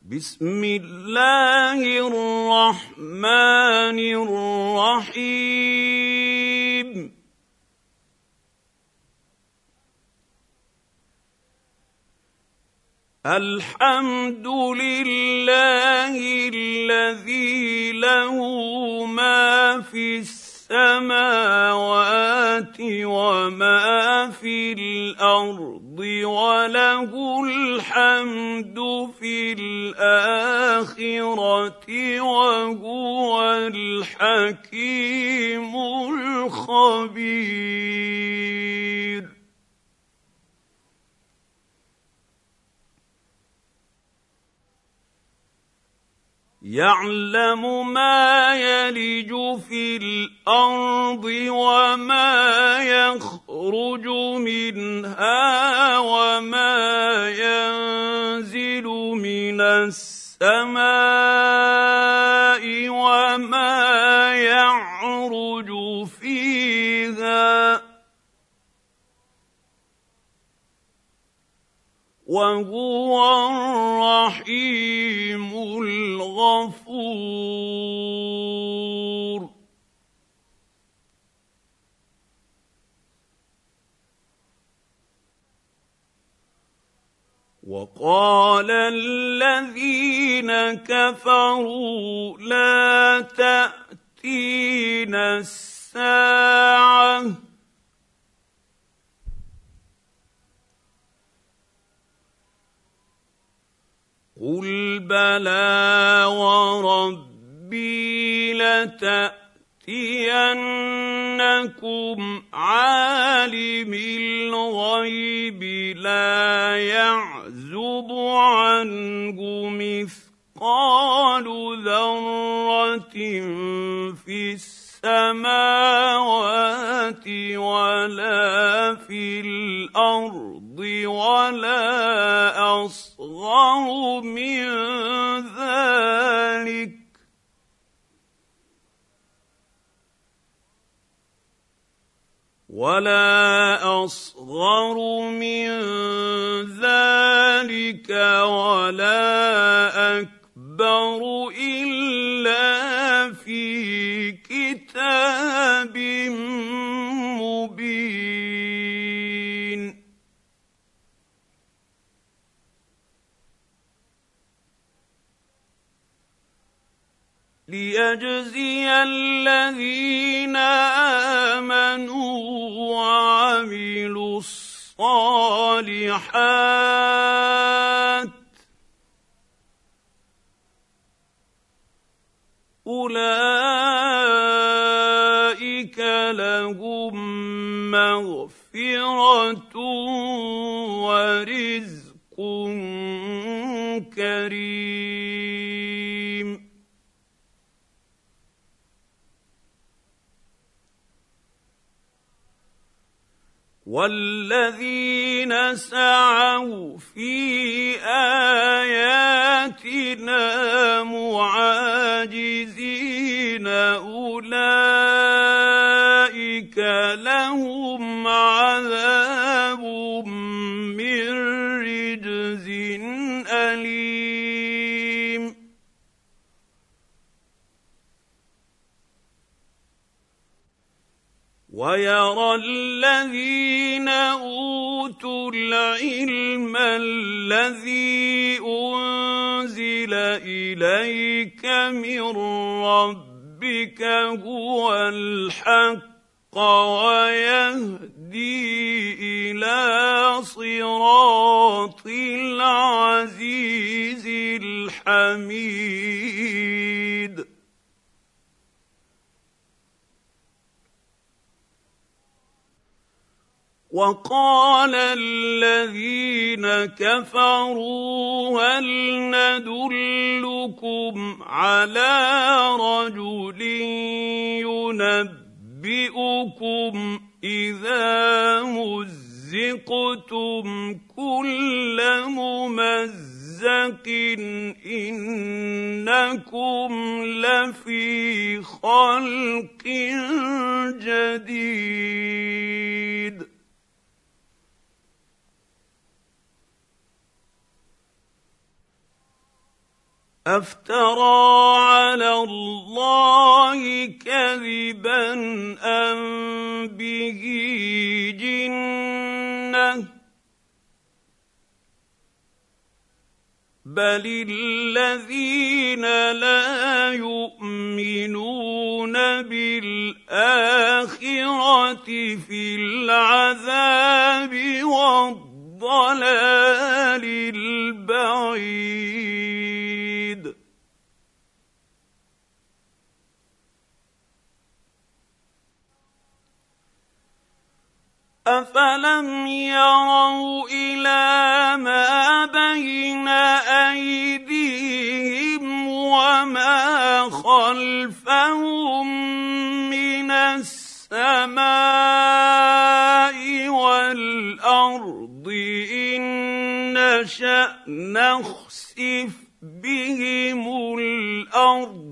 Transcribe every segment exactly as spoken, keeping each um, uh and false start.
بسم الله الرحمن الرحيم الحمد لله الذي له ما في السماوات وما في الأرض وله الحمد في الآخرة وهو الحكيم الخبير يعلم ما يلج في الأرض وما يخرج منها وما ينزل من السماء وما يعرج فيها وهو الرحيم الغفور وقال الذين كفروا لا تأتينا الساعة قل بلى وربي لتأتينكم عالم الغيب لا يعزب عنه مثقال ذرة في السماوات ولا في الأرض ولا أصغر من ذلك ولا أصغر من ذلك ولا أكبر إلا في كتاب مبين ليجزي الذين آمنوا وعملوا الصالحات أولئك لهم مغفرة ورزق كريم والذين سعوا في آياتنا معاجزين أولئك لهم عذاب من رجز أليم ويرى الذين أوتوا العلم الذي أنزل إليك من ربك هو الحق ويهدي إلى صراط العزيز الحميد وقال الذين كفروا هل ندلكم على رجل ينبئكم إذا مزقتم كل ممزق إنكم لفي خلق جديد أفترى على الله كذبا أم به جنة بل الذين لا يؤمنون بالآخرة في العذاب والضلال البعيد أفلم يروا إلى ما بين أيديهم وما خلفهم من السماء والأرض إن نشأ نخسف بهم الأرض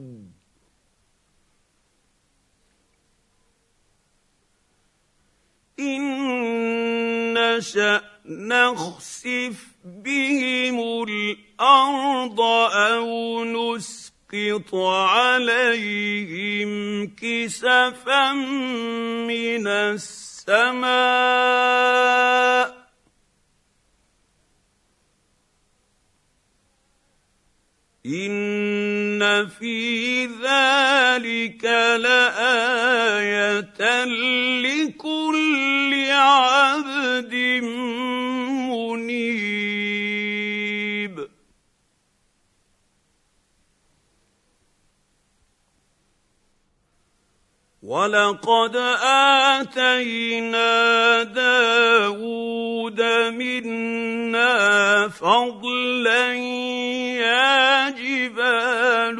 إن نشأ نخسف بهم الأرض أو نسقط عليهم كسفا من السماء إن في ذلك لآية لكل عبد منيب ولقد آتينا داود منا فضلا يا جبال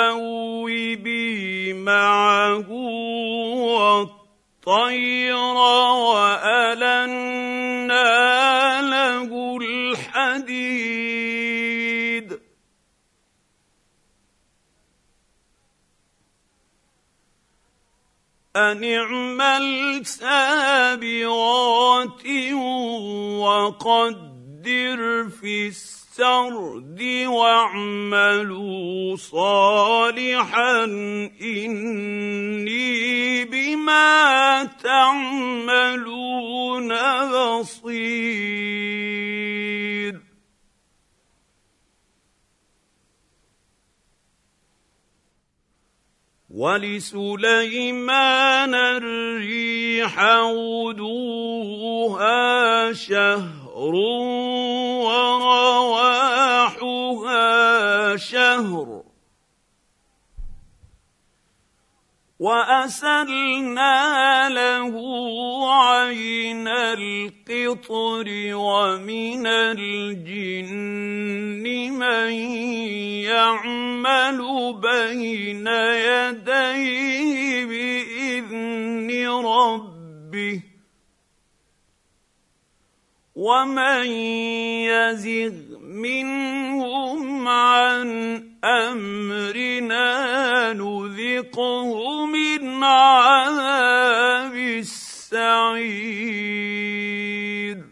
أوبي معه والطير وألنا له الحديد أن اعمل سابغات وقدر في السرد واعملوا صالحا إني بما تعملون بصير ولسليمان الريح غدوها شهر ورواحها شهر وأسلنا له عين القطر ومن الجن من يعمل بين يديه بإذن ربه ومن يزغ منهم عن أمرنا نذقه من عذاب السعير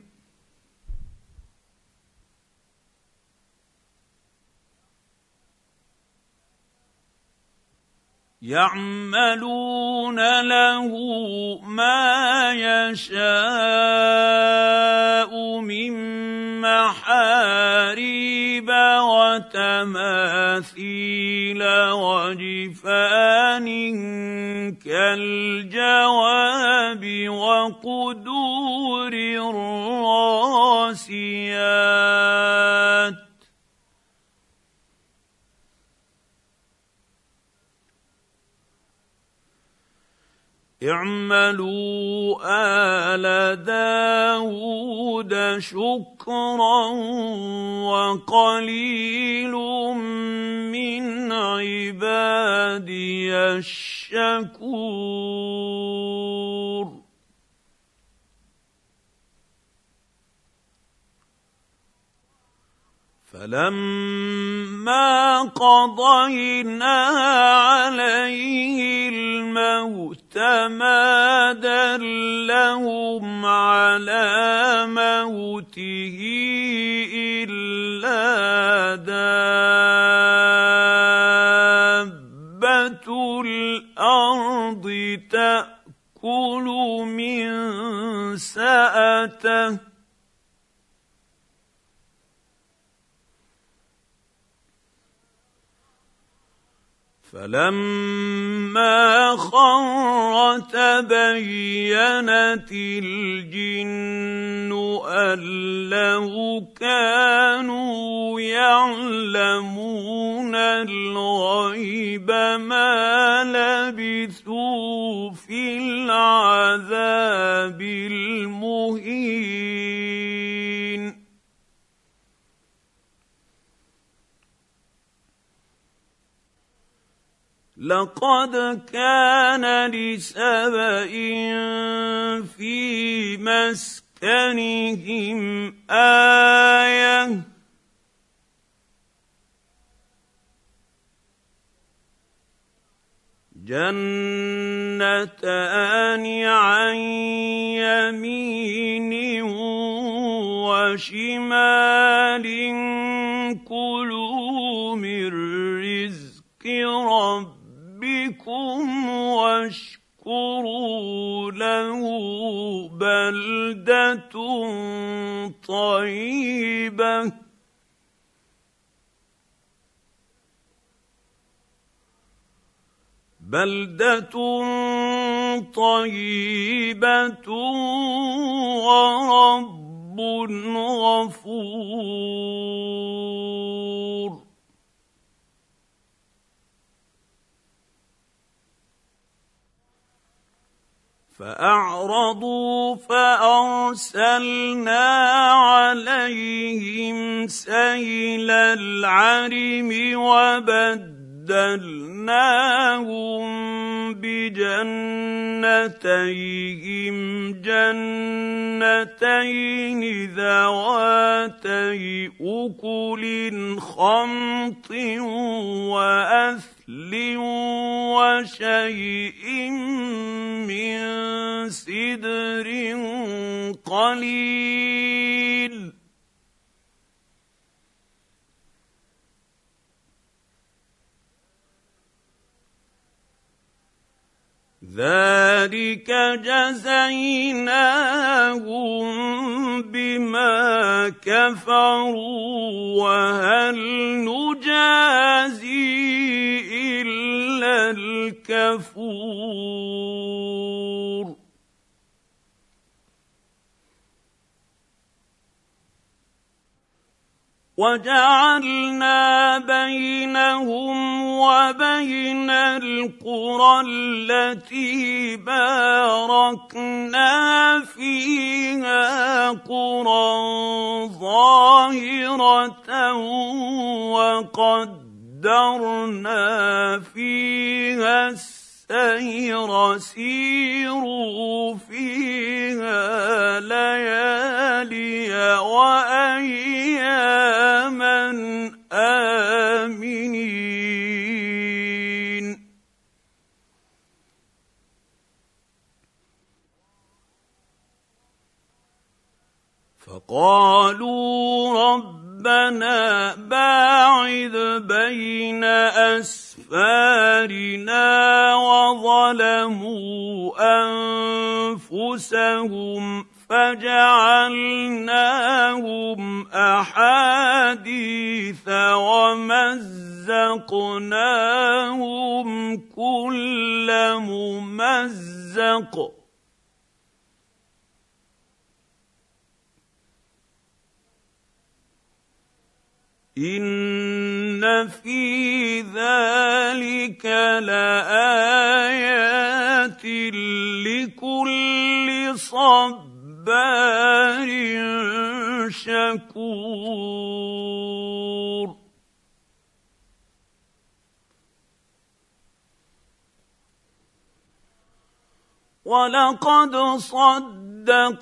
يعملون له ما يشاء من محاريب وتماثيل وجفان كالجواب وقدور الراسيات اعملوا آل داود شكرا وقليل من عبادي الشكور فلما قضينا عليه الموت ما دلهم على موته إلا دابة الأرض تخرج من بين يديه ومن خلفه إلا ياكل من سأته فلما خر تبينت الجن أن لو كانوا يعلمون الغيب ما لبثوا في العذاب المهين. لقد كان لسبإ في مسكنهم آية جنتان عن يمين وشمال كلوا من رزق ربكم بكم واشكروا له بلدة طيبة بلدة طيبة ورب غفور. فأعرضوا فأرسلنا عليهم سيل العرم وبدلناهم بجنتيهم جنتين ذواتي أكل خمط وأثل وشيء من سدر قليل ذلك جزيناهم بما كفروا وهل نجازي إلا الكفور. وجعلنا بينهم وبين القرى التي باركنا فيها قرى ظاهرة وقدرنا فيها السير سيروا فيها ليالي وأياما آمنين. فقالوا ربنا باعد بين أسفارنا وظلموا أنفسهم فجعلناهم أحاديث ومزقناهم كل ممزق إن في ذلك لآيات لكل صبار شكور. ولقد صدق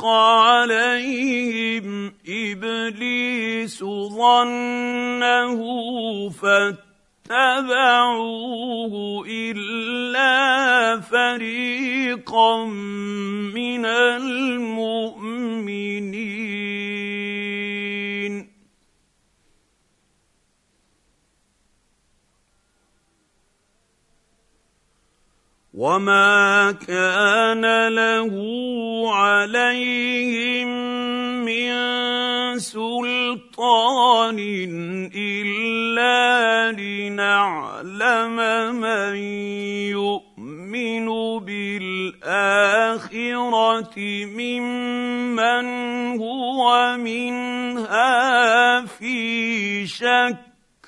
عليهم إبليس ظنه فاتبعوه إلا فريقا من المؤمنين. وما كان له عليهم من سلطان إلا لنعلم من يؤمن بالآخرة ممن هو منها في شك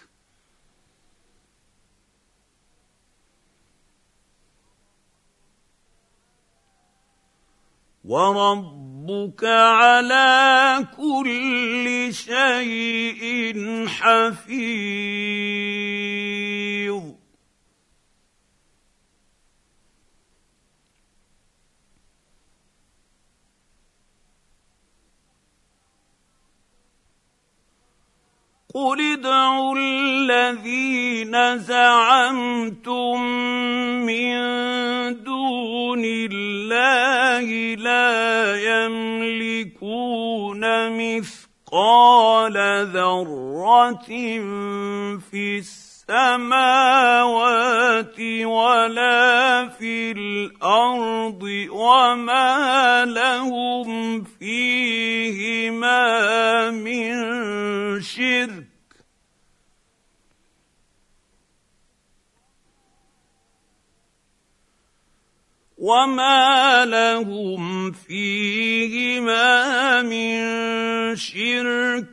وربك على كل شيء حفيظ قل ادعوا الذين زعمتم من دون الله لا يملكون مثقال ذرة في السماوات ولا في الأرض وما لهم فيهما من شرك وما لهم فيهما من شرك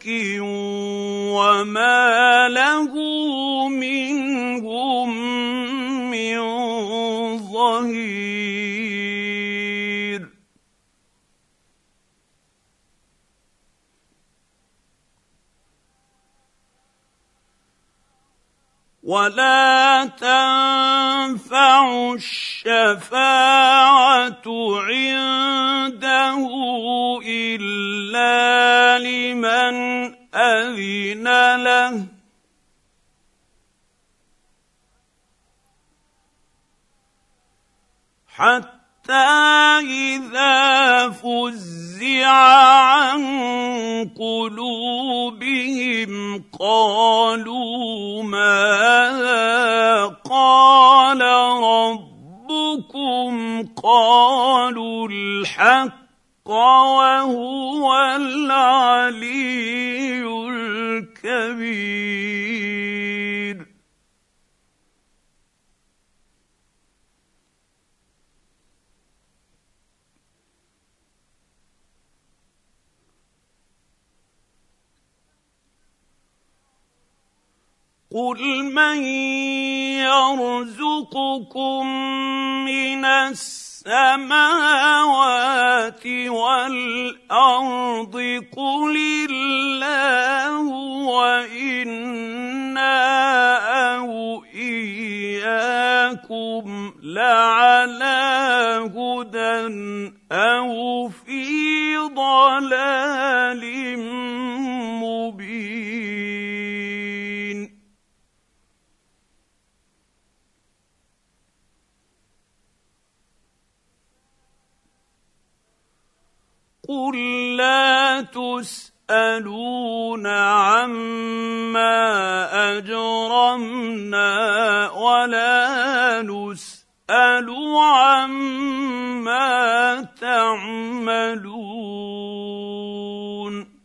وما له منهم من ظهير ولا تنفع الشفاعة عنده إلا لمن أذن له حتى إذا فزع عن قلوبهم قالوا ماذا قال ربكم قالوا الحق وهو العلي الكبير قل من يرزقكم من السماوات والأرض قل الله وإنا أو إياكم لعلى هدى أو في ضلال مبين قل لا تسألون عما أجرمنا ولا نسأل عما تعملون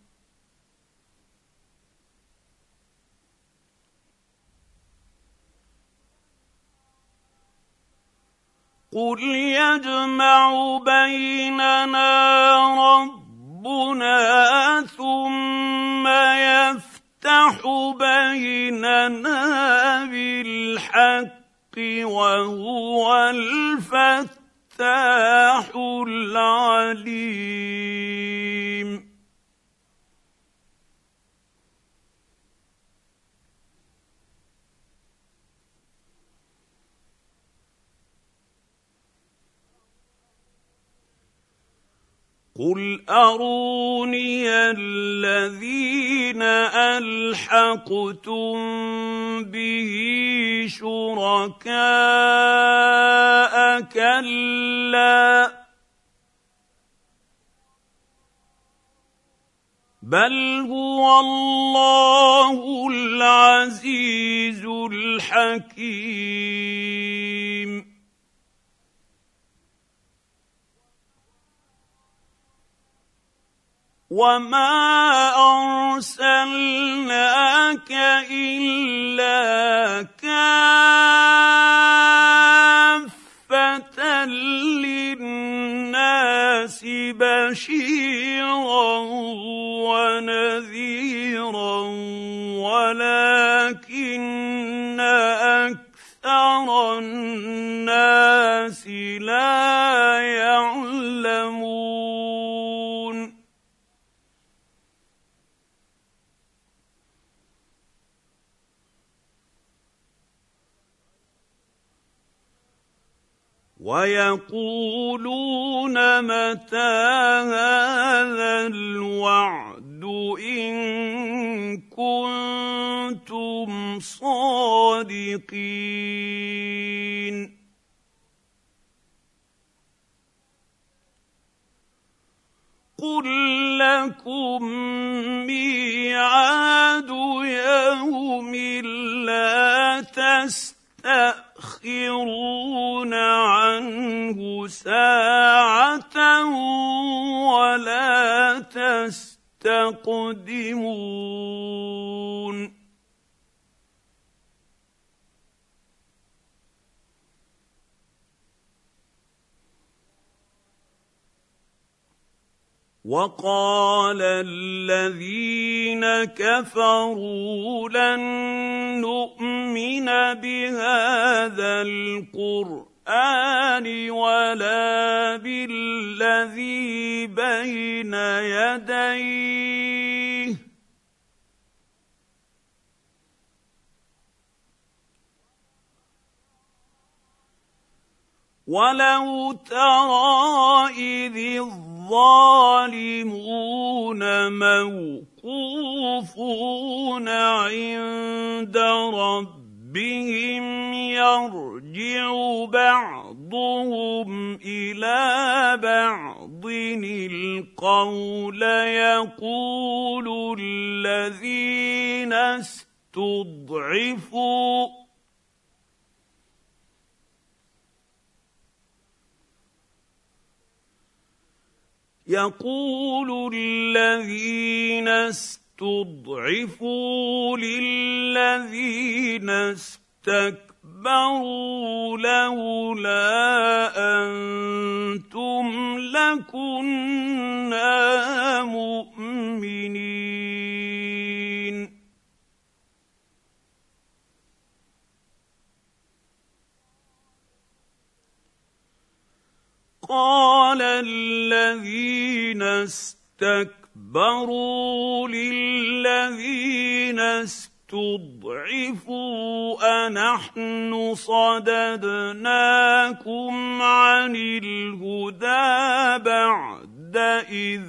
قل يجمع بيننا ربنا ثم يفتح بيننا بالحق وهو الفتاح العليم قل أروني الذين ألحقتم به شركاء كلا بل هو الله العزيز الحكيم وما أرسلناك إلا كافة للناس بشيرا ونذيرا ولكن أكثر الناس لا يعلمون. ويقولون متى هذا الوعد إن كنتم صادقين. قل لكم ميعاد يوم لا تستأخرون عنه ساعة ولا تستقدمون. وقال الذين كفروا لن نؤمن بهذا القرآن ولا بالذي بين يديه ولو ترى إذ الظالمون موقوفون عند ربهم يرجع بعضهم إلى بعض القول يقول الذين استضعفوا يقول الذين استضعفوا للذين استكبروا لولا أنتم لكنا مؤمنين. قال الذين استكبروا للذين استضعفوا أنحن صددناكم عن الهدى بعد إذ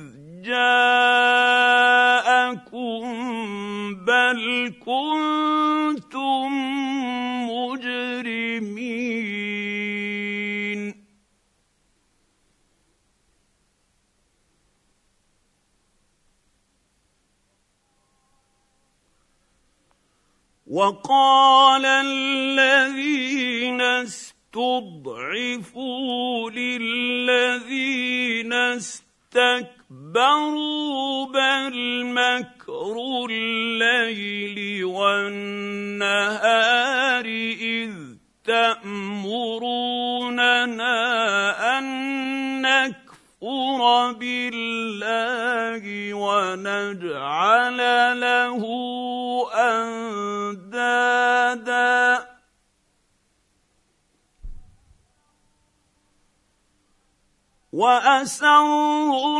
جاءكم بل كنتم مجرمين. وقال الذين استضعفوا للذين استكبروا بل مكر الليل والنهار إذ تأمروننا أن نكفر بالله ونجعل له أندادا وأسروا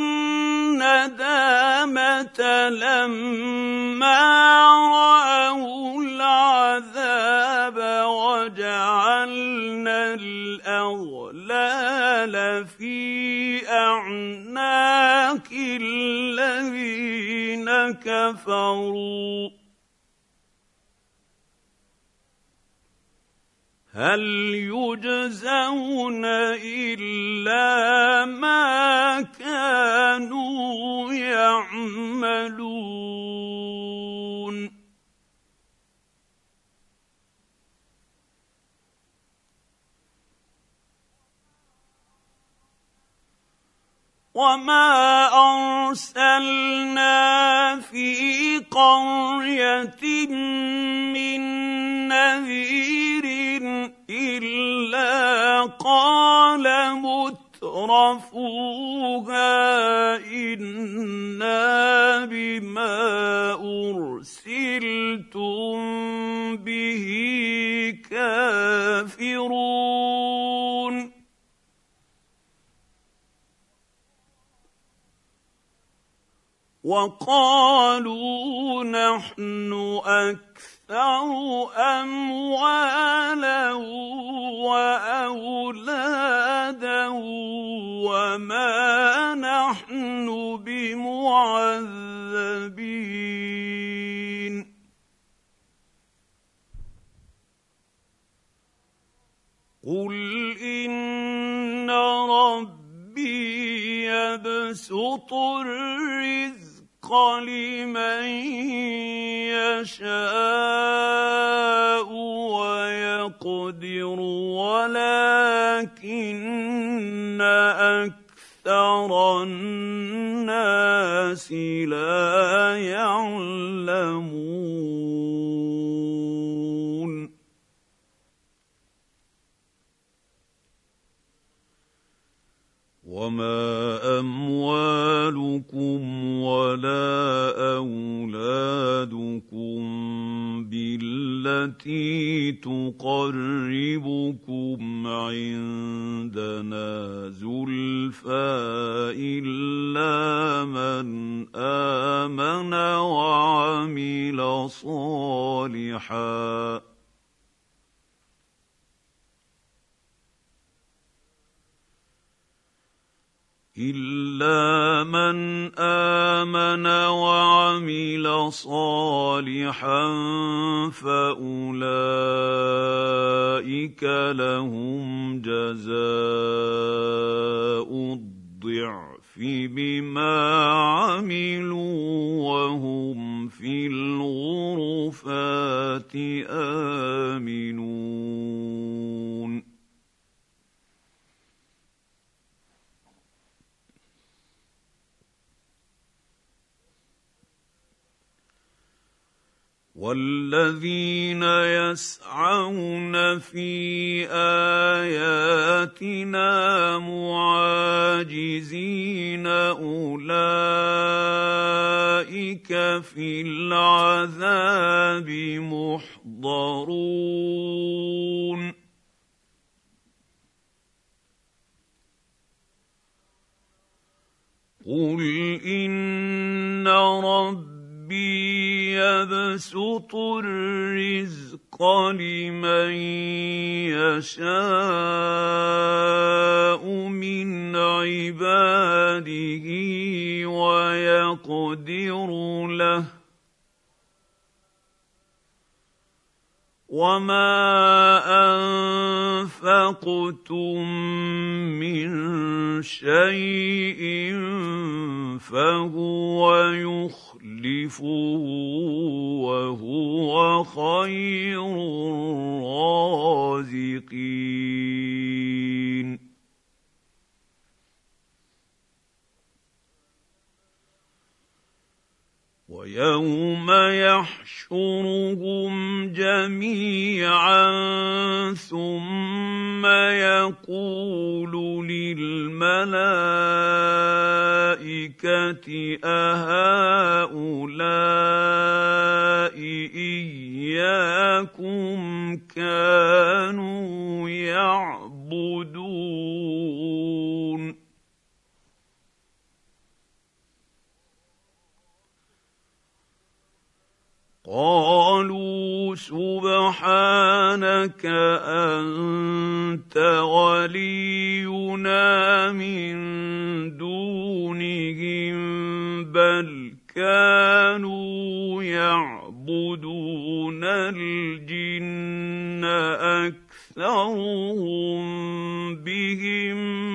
الندامة لما رأوا العذاب وجعلنا الأغلال في أعناق الذين كفروا هل يجزون إلا ما كانوا يعملون. وما ارسلنا في قريه من نذير الا قال مترفوها انا بما ارسلتم به كافرون وقالوا نحن أكثر أموالا وأولادا وما نحن بمعذبين قل إن ربي يبسط الرزق لمن يشاء ويقدر ولكن أكثر الناس لا يعلمون وما أموالكم ولا أولادكم بالتي تقربكم عندنا زلفى إلا من آمن وعمل صالحاً إلا من آمن وعمل صالحا فأولئك لهم جزاء الضعف بما عملوا وهم في الغرفات آمنون والذين يسعون في آياتنا معاجزين أولئك في العذاب محضرون قل إن ربي يبسط الرزق لمن يشاء من عباده ويقدر له وما أنفقتم من شيء فهو يخلفه وهو خير الرازقين ويوم يحشرهم جميعا ثم يقول للملائكة أهؤلاء إياكم كانوا يعبدون قالوا سبحانك أنت ولينا من دونهم بل كانوا يعبدون الجن أكثرهم بهم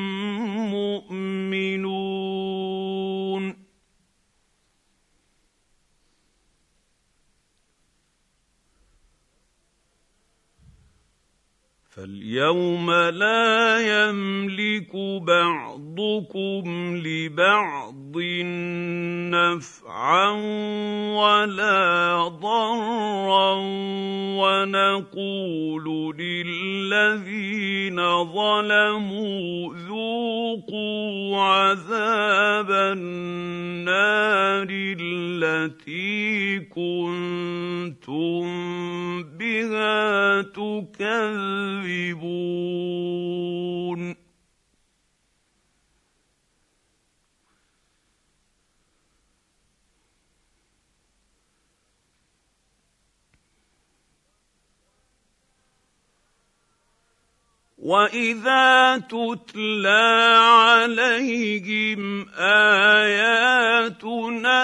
مؤمنون فاليوم لا يملك بعضكم لبعض نفعا ولا ضرا ونقول للذين ظلموا ذوقوا عذاب النار التي كنتم بها تكذبون وَإِذَا تُتْلَىٰ عَلَيْهِمْ آيَاتُنَا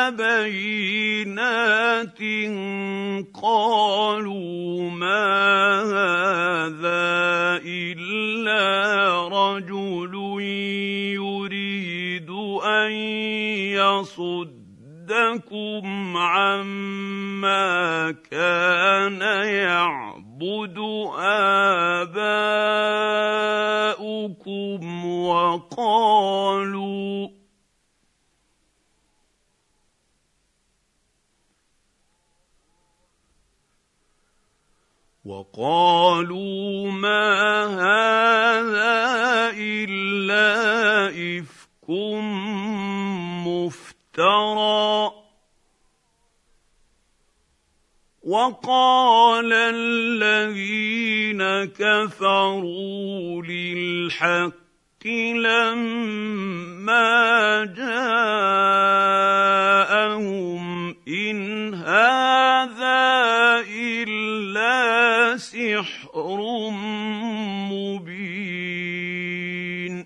بَيِّنَاتٍ قَالُوا مَا هَٰذَا إِلَّا رَجُلٌ يُرِيدُ أَن يَصُدَّكُمْ عَمَّا كَانَ يَعْبُدُ آبَاؤُكُمْ وَقَالُوا وَقَالُوا مَا هَٰذَا إِلَّا إِفْكٌ مُّفْتَرًى وَقَالَ الَّذِينَ كَفَرُوا لِلْحَقِّ لَمَّا جَاءَهُمْ إِنْ هَٰذَا إِلَّا سِحْرٌ مُّبِينٌ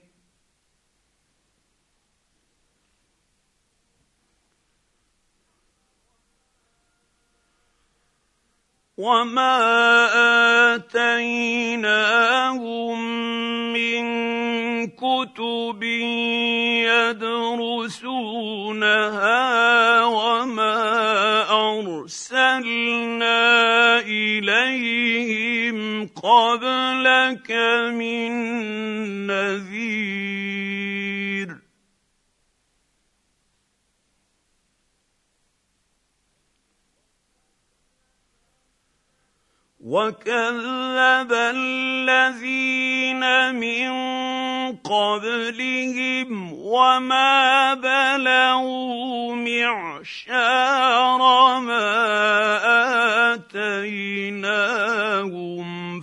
وَمَا آتَيْنَاهُم مِّن كُتُبٍ يَدْرُسُونَهَا وَمَا أَرْسَلْنَا إِلَيْهِمْ قَبْلَكَ مِن نَّذِيرٍ وَكَذَّبَ الَّذِينَ مِن قَبْلِهِمْ وَمَا بَلَغُوا مِعْشَارَ مَا آتَيْنَاهُمْ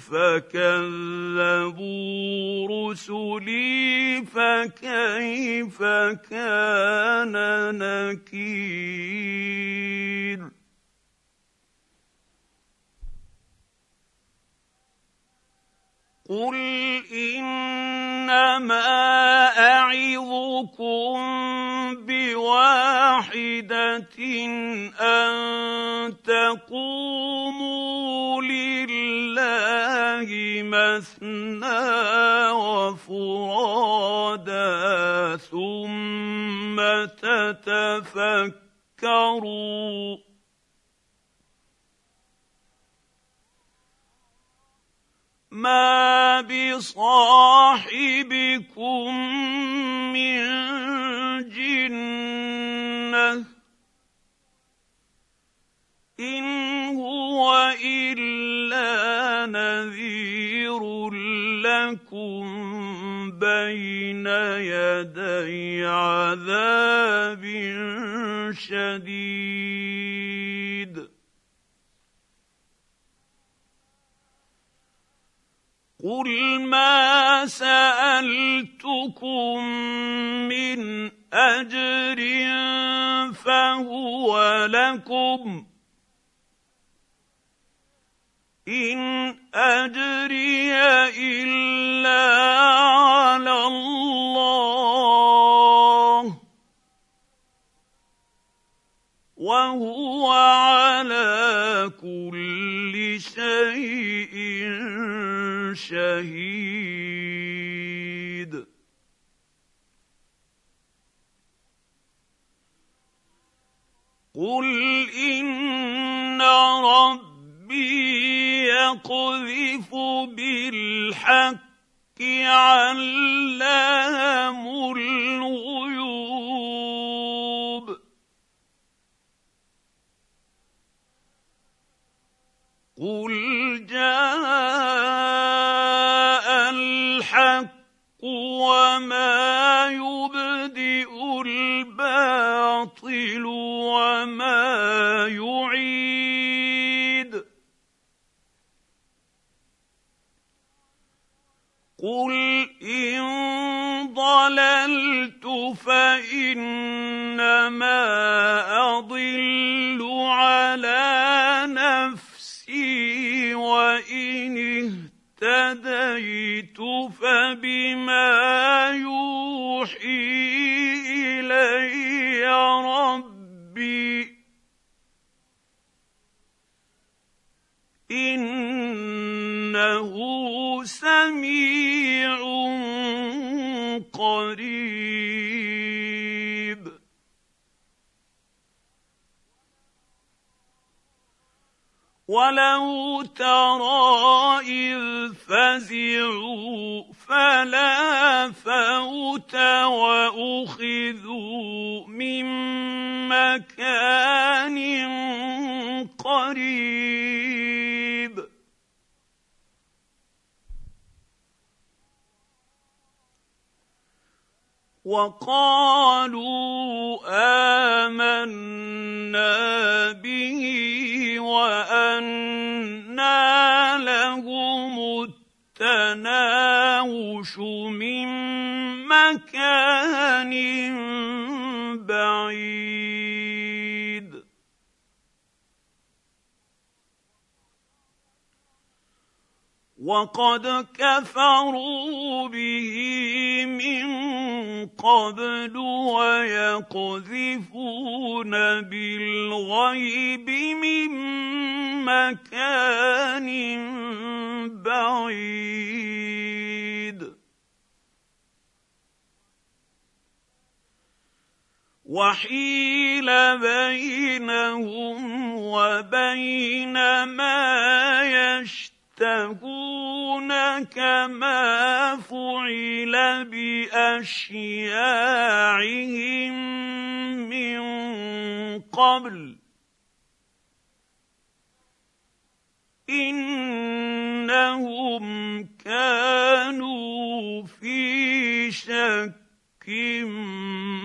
فَكَذَّبُوا رُسُلِي فَكَيْفَ كَانَ نَكِيرِ قُلْ إِنَّمَا أَعِظُكُم بِوَاحِدَةٍ أَن تَقُومُوا لِلَّهِ مَثْنَىٰ وَفُرَادَىٰ ثُمَّ تَتَفَكَّرُوا مَا بِصَاحِبِكُم مِّن جِنَّةٍ إِنْ هُوَ إِلَّا نَذِيرٌ لَّكُم بَيْنَ يَدَيْ عَذَابٍ شَدِيدٍ قُلْ مَا سَأَلْتُكُم مِّنْ أَجْرٍ فَهُوَ لَكُمْ إِنْ أَجْرِيَ إِلَّا عَلَى اللَّهِ وَهُوَ عَلَىٰ كُلِّ شَيْءٍ شَهِيدٌ قُلْ إِنَّ رَبِّي يقذف بالحق علام الغيوب قل جاء الحق وما يبدئ الباطل وما يعيد قل إن ضللت فإنما أضل على نفسي وإن اهتديت فبما يوحي إلي ربي إنه سميع قريب ولو ترى إذ فزعوا فلا فوت وأخذوا من مكان قريب وقالوا آمنا به وأنى لهم التناوش من مكان بعيد وقد كفروا به من قبل ويقذفون بالغيب من مكان بعيد وحيل بينهم وبين ما يشتهون كما فعل بأشياعهم من قبل إنهم كانوا في شك